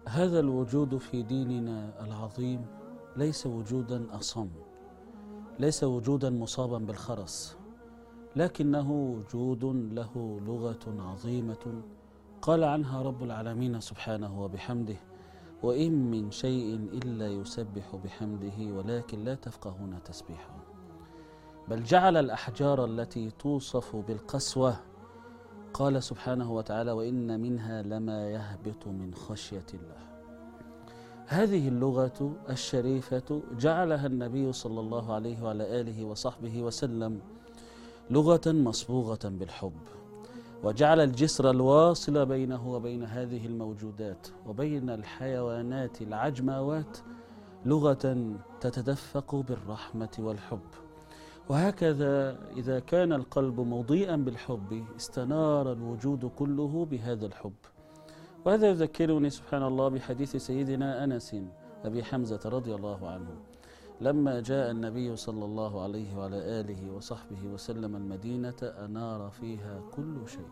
هذا الوجود في ديننا العظيم ليس وجودا أصم، ليس وجودا مصابا بالخرس، لكنه وجود له لغة عظيمة قال عنها رب العالمين سبحانه وبحمده: وإن من شيء إلا يسبح بحمده ولكن لا تفقهون تسبيحه. بل جعل الأحجار التي توصف بالقسوة قال سبحانه وتعالى: وإن منها لما يهبط من خشية الله. هذه اللغة الشريفة جعلها النبي صلى الله عليه وعلى آله وصحبه وسلم لغة مصبوغة بالحب، وجعل الجسر الواصل بينه وبين هذه الموجودات وبين الحيوانات العجماوات لغة تتدفق بالرحمة والحب. وهكذا إذا كان القلب مضيئا بالحب استنار الوجود كله بهذا الحب. وهذا يذكرني سبحان الله بحديث سيدنا أنس أبي حمزة رضي الله عنه لما جاء النبي صلى الله عليه وعلى آله وصحبه وسلم المدينة أنار فيها كل شيء،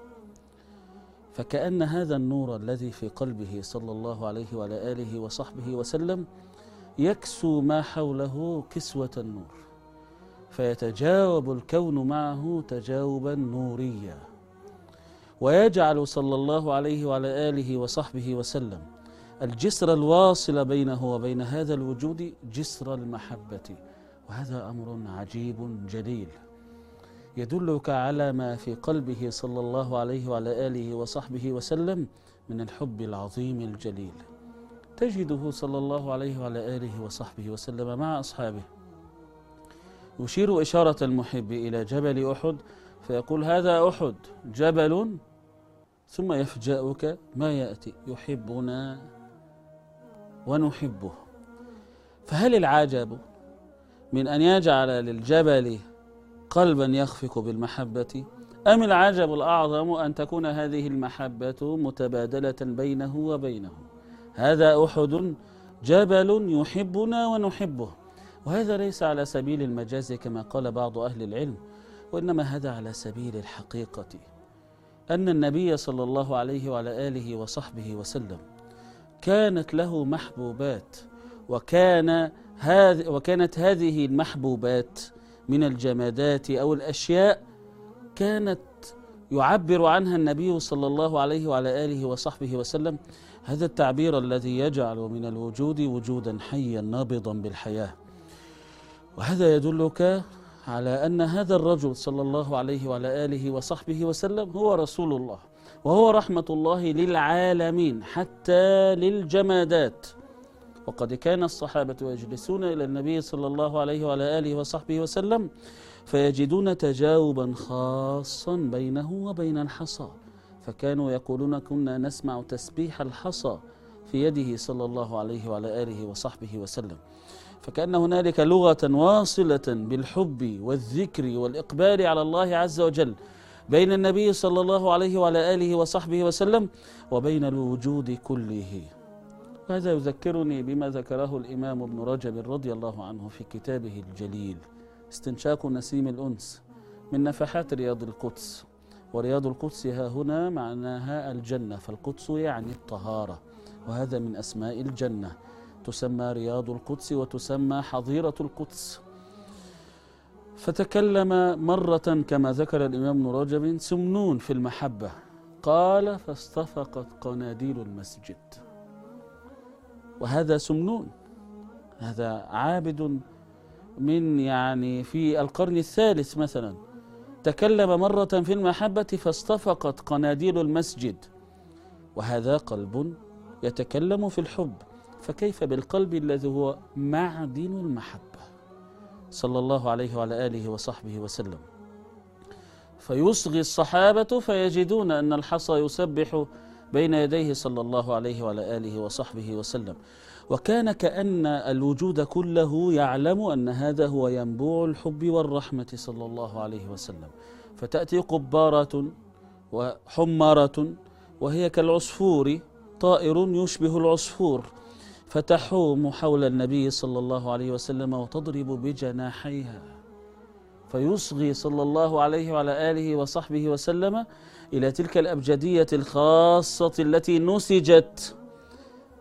فكأن هذا النور الذي في قلبه صلى الله عليه وعلى آله وصحبه وسلم يكسو ما حوله كسوة النور، فيتجاوب الكون معه تجاوبا نوريا، ويجعل صلى الله عليه وعلى آله وصحبه وسلم الجسر الواصل بينه وبين هذا الوجود جسر المحبة. وهذا أمر عجيب جليل يدلك على ما في قلبه صلى الله عليه وعلى آله وصحبه وسلم من الحب العظيم الجليل. تجده صلى الله عليه وعلى آله وصحبه وسلم مع أصحابه يشير إشارة المحب إلى جبل أحد فيقول: هذا أحد جبل، ثم يفجأك ما يأتي: يحبنا ونحبه. فهل العجب من أن يجعل للجبل قلبا يخفق بالمحبة، أم العجب الأعظم أن تكون هذه المحبة متبادلة بينه وبينه؟ هذا أحد جبل يحبنا ونحبه. وهذا ليس على سبيل المجاز كما قال بعض أهل العلم، وإنما هذا على سبيل الحقيقة، أن النبي صلى الله عليه وعلى آله وصحبه وسلم كانت له محبوبات، وكانت هذه المحبوبات من الجمادات أو الأشياء كانت يعبر عنها النبي صلى الله عليه وعلى آله وصحبه وسلم هذا التعبير الذي يجعل من الوجود وجودا حيا نابضا بالحياة. وهذا يدلك على أن هذا الرجل صلى الله عليه وعلى آله وصحبه وسلم هو رسول الله، وهو رحمة الله للعالمين حتى للجمادات. وقد كان الصحابة يجلسون إلى النبي صلى الله عليه وعلى آله وصحبه وسلم فيجدون تجاوبا خاصا بينه وبين الحصى، فكانوا يقولون: كنا نسمع تسبيح الحصى في يده صلى الله عليه وعلى آله وصحبه وسلم. فكأن هنالك لغة واصلة بالحب والذكر والإقبال على الله عز وجل بين النبي صلى الله عليه وعلى آله وصحبه وسلم وبين الوجود كله. وهذا يذكرني بما ذكره الإمام ابن رجب رضي الله عنه في كتابه الجليل استنشاق نسيم الأنس من نفحات رياض القدس. ورياض القدس ها هنا معناها الجنة، فالقدس يعني الطهارة، وهذا من أسماء الجنة، تسمى رياض القدس وتسمى حظيرة القدس. فتكلم مرة كما ذكر الإمام ابن رجب سمنون في المحبة، قال: فاصطفقت قناديل المسجد. وهذا سمنون، هذا عابد من في القرن الثالث مثلا، تكلم مرة في المحبة فاصطفقت قناديل المسجد، وهذا قلب يتكلم في الحب، فكيف بالقلب الذي هو معدن المحبة صلى الله عليه وعلى آله وصحبه وسلم. فيصغي الصحابة فيجدون أن الحصى يسبح بين يديه صلى الله عليه وعلى آله وصحبه وسلم، وكان كأن الوجود كله يعلم أن هذا هو ينبوع الحب والرحمة صلى الله عليه وسلم. فتأتي قبارة وحمارة وهي كالعصفور، طائر يشبه العصفور، فتحوم حول النبي صلى الله عليه وسلم وتضرب بجناحيها، فيصغي صلى الله عليه وعلى آله وصحبه وسلم إلى تلك الأبجدية الخاصة التي نسجت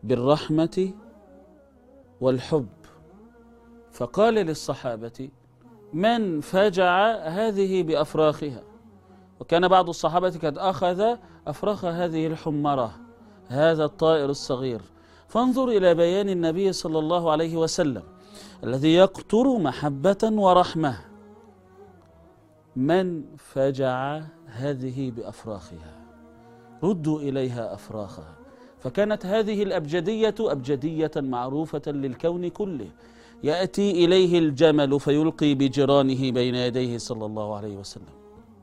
بالرحمة والحب، فقال للصحابة: من فجع هذه بأفراخها؟ وكان بعض الصحابة قد أخذ أفراخ هذه الحمرة، هذا الطائر الصغير. فانظر إلى بيان النبي صلى الله عليه وسلم الذي يقطر محبة ورحمة: من فجع هذه بأفراخها، ردوا إليها أفراخها. فكانت هذه الأبجدية أبجدية معروفة للكون كله، يأتي إليه الجمل فيلقي بجرانه بين يديه صلى الله عليه وسلم،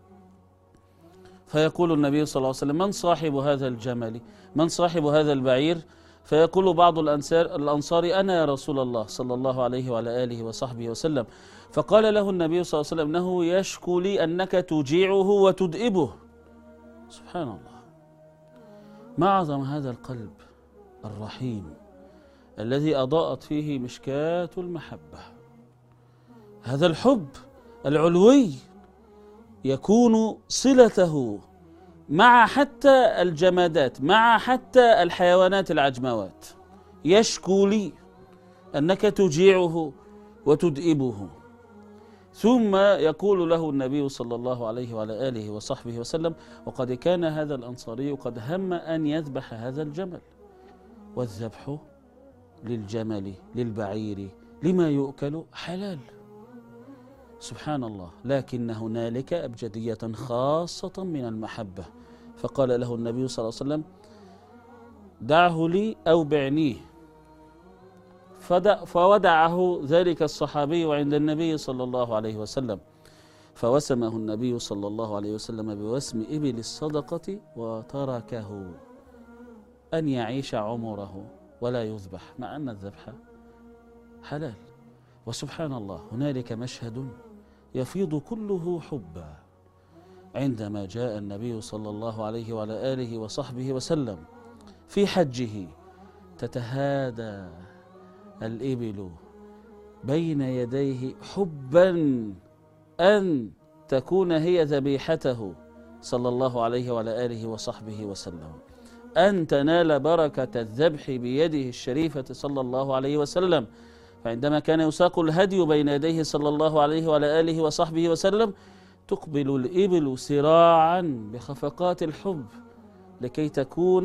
فيقول النبي صلى الله عليه وسلم: من صاحب هذا الجمل؟ من صاحب هذا البعير؟ فيقول بعض الأنصار: أنا يا رسول الله صلى الله عليه وعلى آله وصحبه وسلم. فقال له النبي صلى الله عليه وسلم: إنه يشكو لي أنك تجيعه وتدئبه. سبحان الله، ما أعظم هذا القلب الرحيم الذي أضاءت فيه مشكاة المحبة. هذا الحب العلوي يكون صلته مع حتى الجمادات، مع حتى الحيوانات العجموات. يشكو لي أنك تجيعه وتدئبه. ثم يقول له النبي صلى الله عليه وعلى آله وصحبه وسلم: وقد كان هذا الأنصاري قد هم أن يذبح هذا الجمل، والذبح للجمل للبعير لما يؤكل حلال. سبحان الله، لكن هنالك أبجدية خاصة من المحبة. فقال له النبي صلى الله عليه وسلم: دعه لي أو بعنيه. فودعه ذلك الصحابي عند النبي صلى الله عليه وسلم، فوسمه النبي صلى الله عليه وسلم بوسم إبل الصدقة، وتركه أن يعيش عمره ولا يذبح، مع أن الذبح حلال. وسبحان الله، هنالك مشهد يفيض كله حبا عندما جاء النبي صلى الله عليه وعلى آله وصحبه وسلم في حجه، تتهادى الإبل بين يديه حبا أن تكون هي ذبيحته صلى الله عليه وعلى آله وصحبه وسلم، أن تنال بركة الذبح بيده الشريفة صلى الله عليه وسلم. فعندما كان يساق الهدي بين يديه صلى الله عليه وعلى آله وصحبه وسلم، تقبل الإبل سراعا بخفقات الحب لكي تكون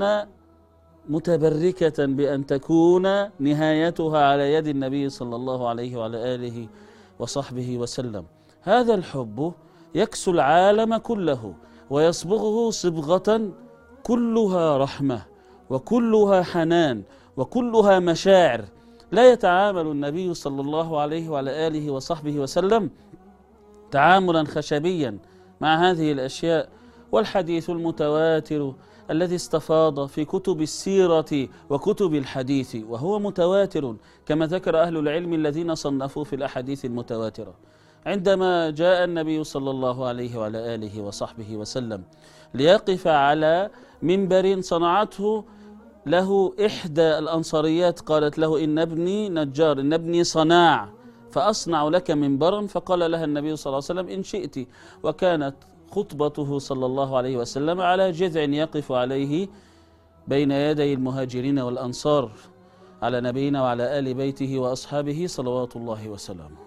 متبركة بأن تكون نهايتها على يد النبي صلى الله عليه وعلى آله وصحبه وسلم. هذا الحب يكسو العالم كله ويصبغه صبغة كلها رحمة وكلها حنان وكلها مشاعر. لا يتعامل النبي صلى الله عليه وعلى آله وصحبه وسلم تعاملا خشبيا مع هذه الأشياء. والحديث المتواتر الذي استفاض في كتب السيرة وكتب الحديث وهو متواتر كما ذكر أهل العلم الذين صنفوا في الأحاديث المتواترة، عندما جاء النبي صلى الله عليه وعلى آله وصحبه وسلم ليقف على منبر صنعته له إحدى الأنصاريات، قالت له: إن ابني نجار، إن ابني صناع، فأصنع لك منبرا. فقال لها النبي صلى الله عليه وسلم: إن شئت. وكانت خطبته صلى الله عليه وسلم على جذع يقف عليه بين يدي المهاجرين والأنصار، على نبينا وعلى آل بيته وأصحابه صلوات الله وسلامه.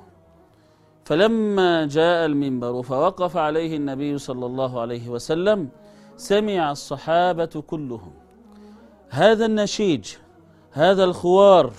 فلما جاء المنبر فوقف عليه النبي صلى الله عليه وسلم، سمع الصحابة كلهم هذا النشيج، هذا الخوار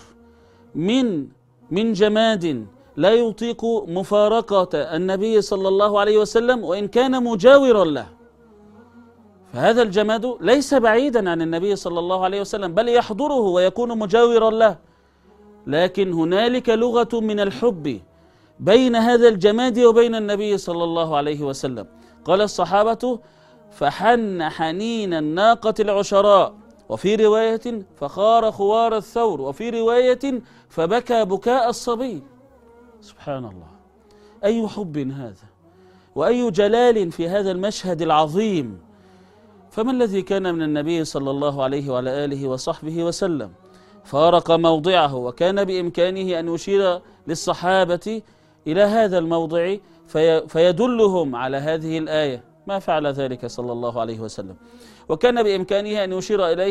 من جماد لا يطيق مفارقة النبي صلى الله عليه وسلم وإن كان مجاورا له. فهذا الجماد ليس بعيدا عن النبي صلى الله عليه وسلم، بل يحضره ويكون مجاورا له، لكن هنالك لغة من الحب بين هذا الجماد وبين النبي صلى الله عليه وسلم. قال الصحابة: فحن حنين الناقة العشراء، وفي رواية فخار خوار الثور، وفي رواية فبكى بكاء الصبي. سبحان الله، أي حب هذا وأي جلال في هذا المشهد العظيم. فما الذي كان من النبي صلى الله عليه وعلى آله وصحبه وسلم فارق موضعه، وكان بإمكانه أن يشير للصحابة إلى هذا الموضع فيدلهم على هذه الآية، ما فعل ذلك صلى الله عليه وسلم. وكان بإمكانه أن يشير إليه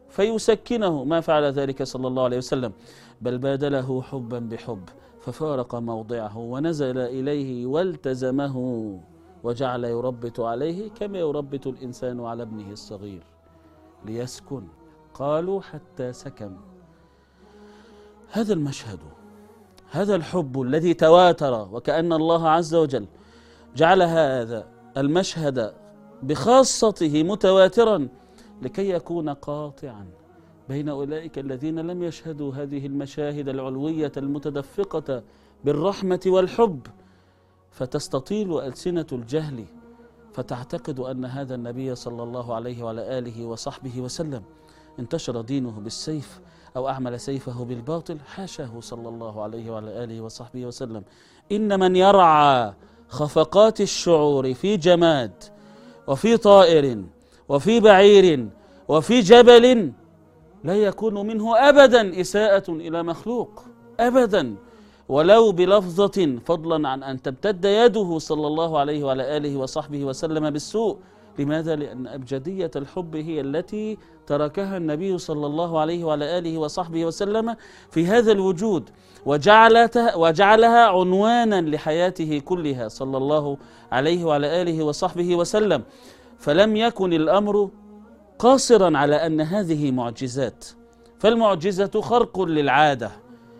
فيسكنه، ما فعل ذلك صلى الله عليه وسلم، بل بادله حبا بحب، ففارق موضعه ونزل إليه والتزمه وجعل يربط عليه كما يربط الإنسان على ابنه الصغير ليسكن، قالوا حتى سكن. هذا المشهد، هذا الحب الذي تواتر، وكأن الله عز وجل جعل هذا المشهد بخاصته متواترا لكي يكون قاطعا بين أولئك الذين لم يشهدوا هذه المشاهد العلوية المتدفقة بالرحمة والحب، فتستطيل ألسنة الجهل فتعتقد أن هذا النبي صلى الله عليه وعلى آله وصحبه وسلم انتشر دينه بالسيف أو أعمل سيفه بالباطل. حاشاه صلى الله عليه وعلى آله وصحبه وسلم. إن من يرعى خفقات الشعور في جماد وفي طائر وفي بعير وفي جبل لا يكون منه أبدا إساءة إلى مخلوق أبدا، ولو بلفظة، فضلا عن أن تمتد يده صلى الله عليه وعلى آله وصحبه وسلم بالسوء. لماذا؟ لأن أبجدية الحب هي التي تركها النبي صلى الله عليه وعلى آله وصحبه وسلم في هذا الوجود، وجعلها عنوانا لحياته كلها صلى الله عليه وعلى آله وصحبه وسلم. فلم يكن الأمر قاصرا على أن هذه معجزات، فالمعجزة خرق للعادة،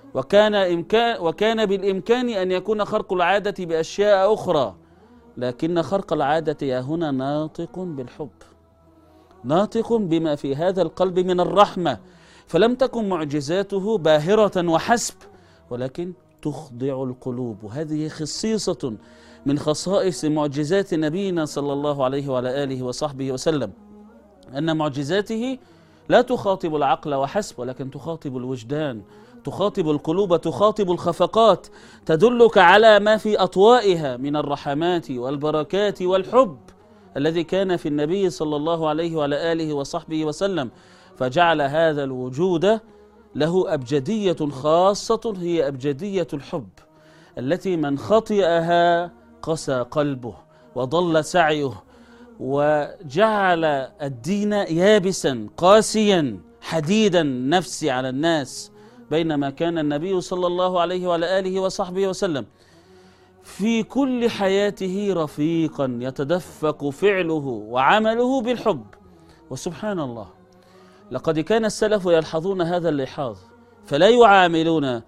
وكان بالإمكان أن يكون خرق العادة بأشياء أخرى، لكن خرق العادة هنا ناطق بالحب، ناطق بما في هذا القلب من الرحمة. فلم تكن معجزاته باهرة وحسب، ولكن تخضع القلوب. هذه خصيصة من خصائص معجزات نبينا صلى الله عليه وعلى آله وصحبه وسلم، أن معجزاته لا تخاطب العقل وحسب، ولكن تخاطب الوجدان، تخاطب القلوب، تخاطب الخفقات، تدلك على ما في أطوائها من الرحمات والبركات والحب الذي كان في النبي صلى الله عليه وعلى آله وصحبه وسلم. فجعل هذا الوجود له أبجدية خاصة، هي أبجدية الحب التي من خطئها قسى قلبه وضل سعيه، وجعل الدين يابسا قاسيا حديدا نفس على الناس، بينما كان النبي صلى الله عليه وعلى آله وصحبه وسلم في كل حياته رفيقا يتدفق فعله وعمله بالحب. وسبحان الله، لقد كان السلف يلحظون هذا اللحاظ، فلا يعاملون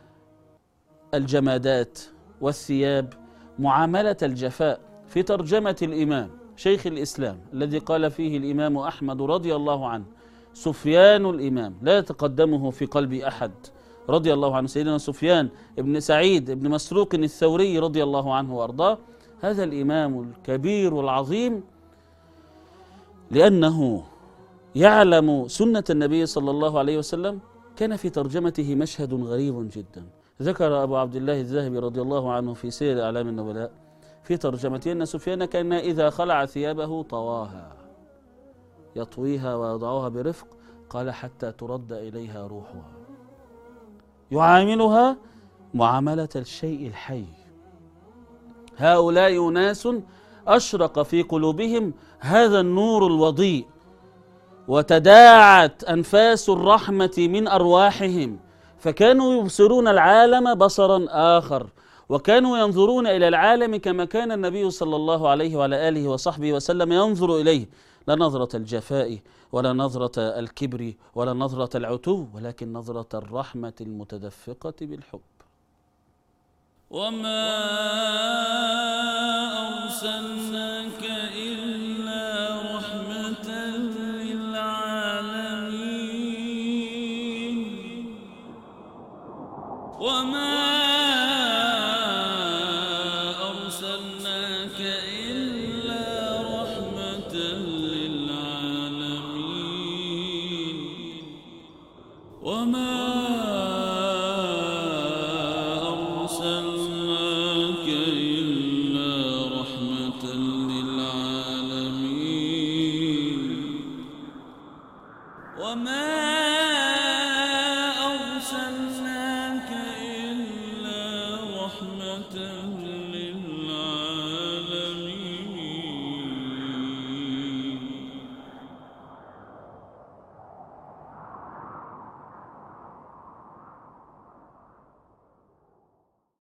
الجمادات والثياب معاملة الجفاء. في ترجمة الإمام شيخ الإسلام الذي قال فيه الإمام أحمد رضي الله عنه: سفيان الإمام لا يتقدمه في قلب أحد، رضي الله عنه، سيدنا سفيان ابن سعيد ابن مسروق الثوري رضي الله عنه وأرضاه. هذا الإمام الكبير العظيم لأنه يعلم سنة النبي صلى الله عليه وسلم، كان في ترجمته مشهد غريب جدا. ذكر أبو عبد الله الذهبي رضي الله عنه في سير أعلام النبلاء في ترجمته أن سفيان كان إذا خلع ثيابه طواها، يطويها ويضعها برفق، قال حتى ترد إليها روحها، يعاملها معاملة الشيء الحي. هؤلاء ناس أشرق في قلوبهم هذا النور الوضيء، وتداعت أنفاس الرحمة من أرواحهم، فكانوا يبصرون العالم بصرا آخر، وكانوا ينظرون إلى العالم كما كان النبي صلى الله عليه وعلى آله وصحبه وسلم ينظر إليه، لا نظرة الجفاء ولا نظرة الكبر ولا نظرة العتو، ولكن نظرة الرحمة المتدفقة بالحب. وما أرسلناك إلا رحمة للعالمين، وما أرسلناك إلا رحمة للعالمين، وما أرسلناك إلا رحمة للعالمين، وما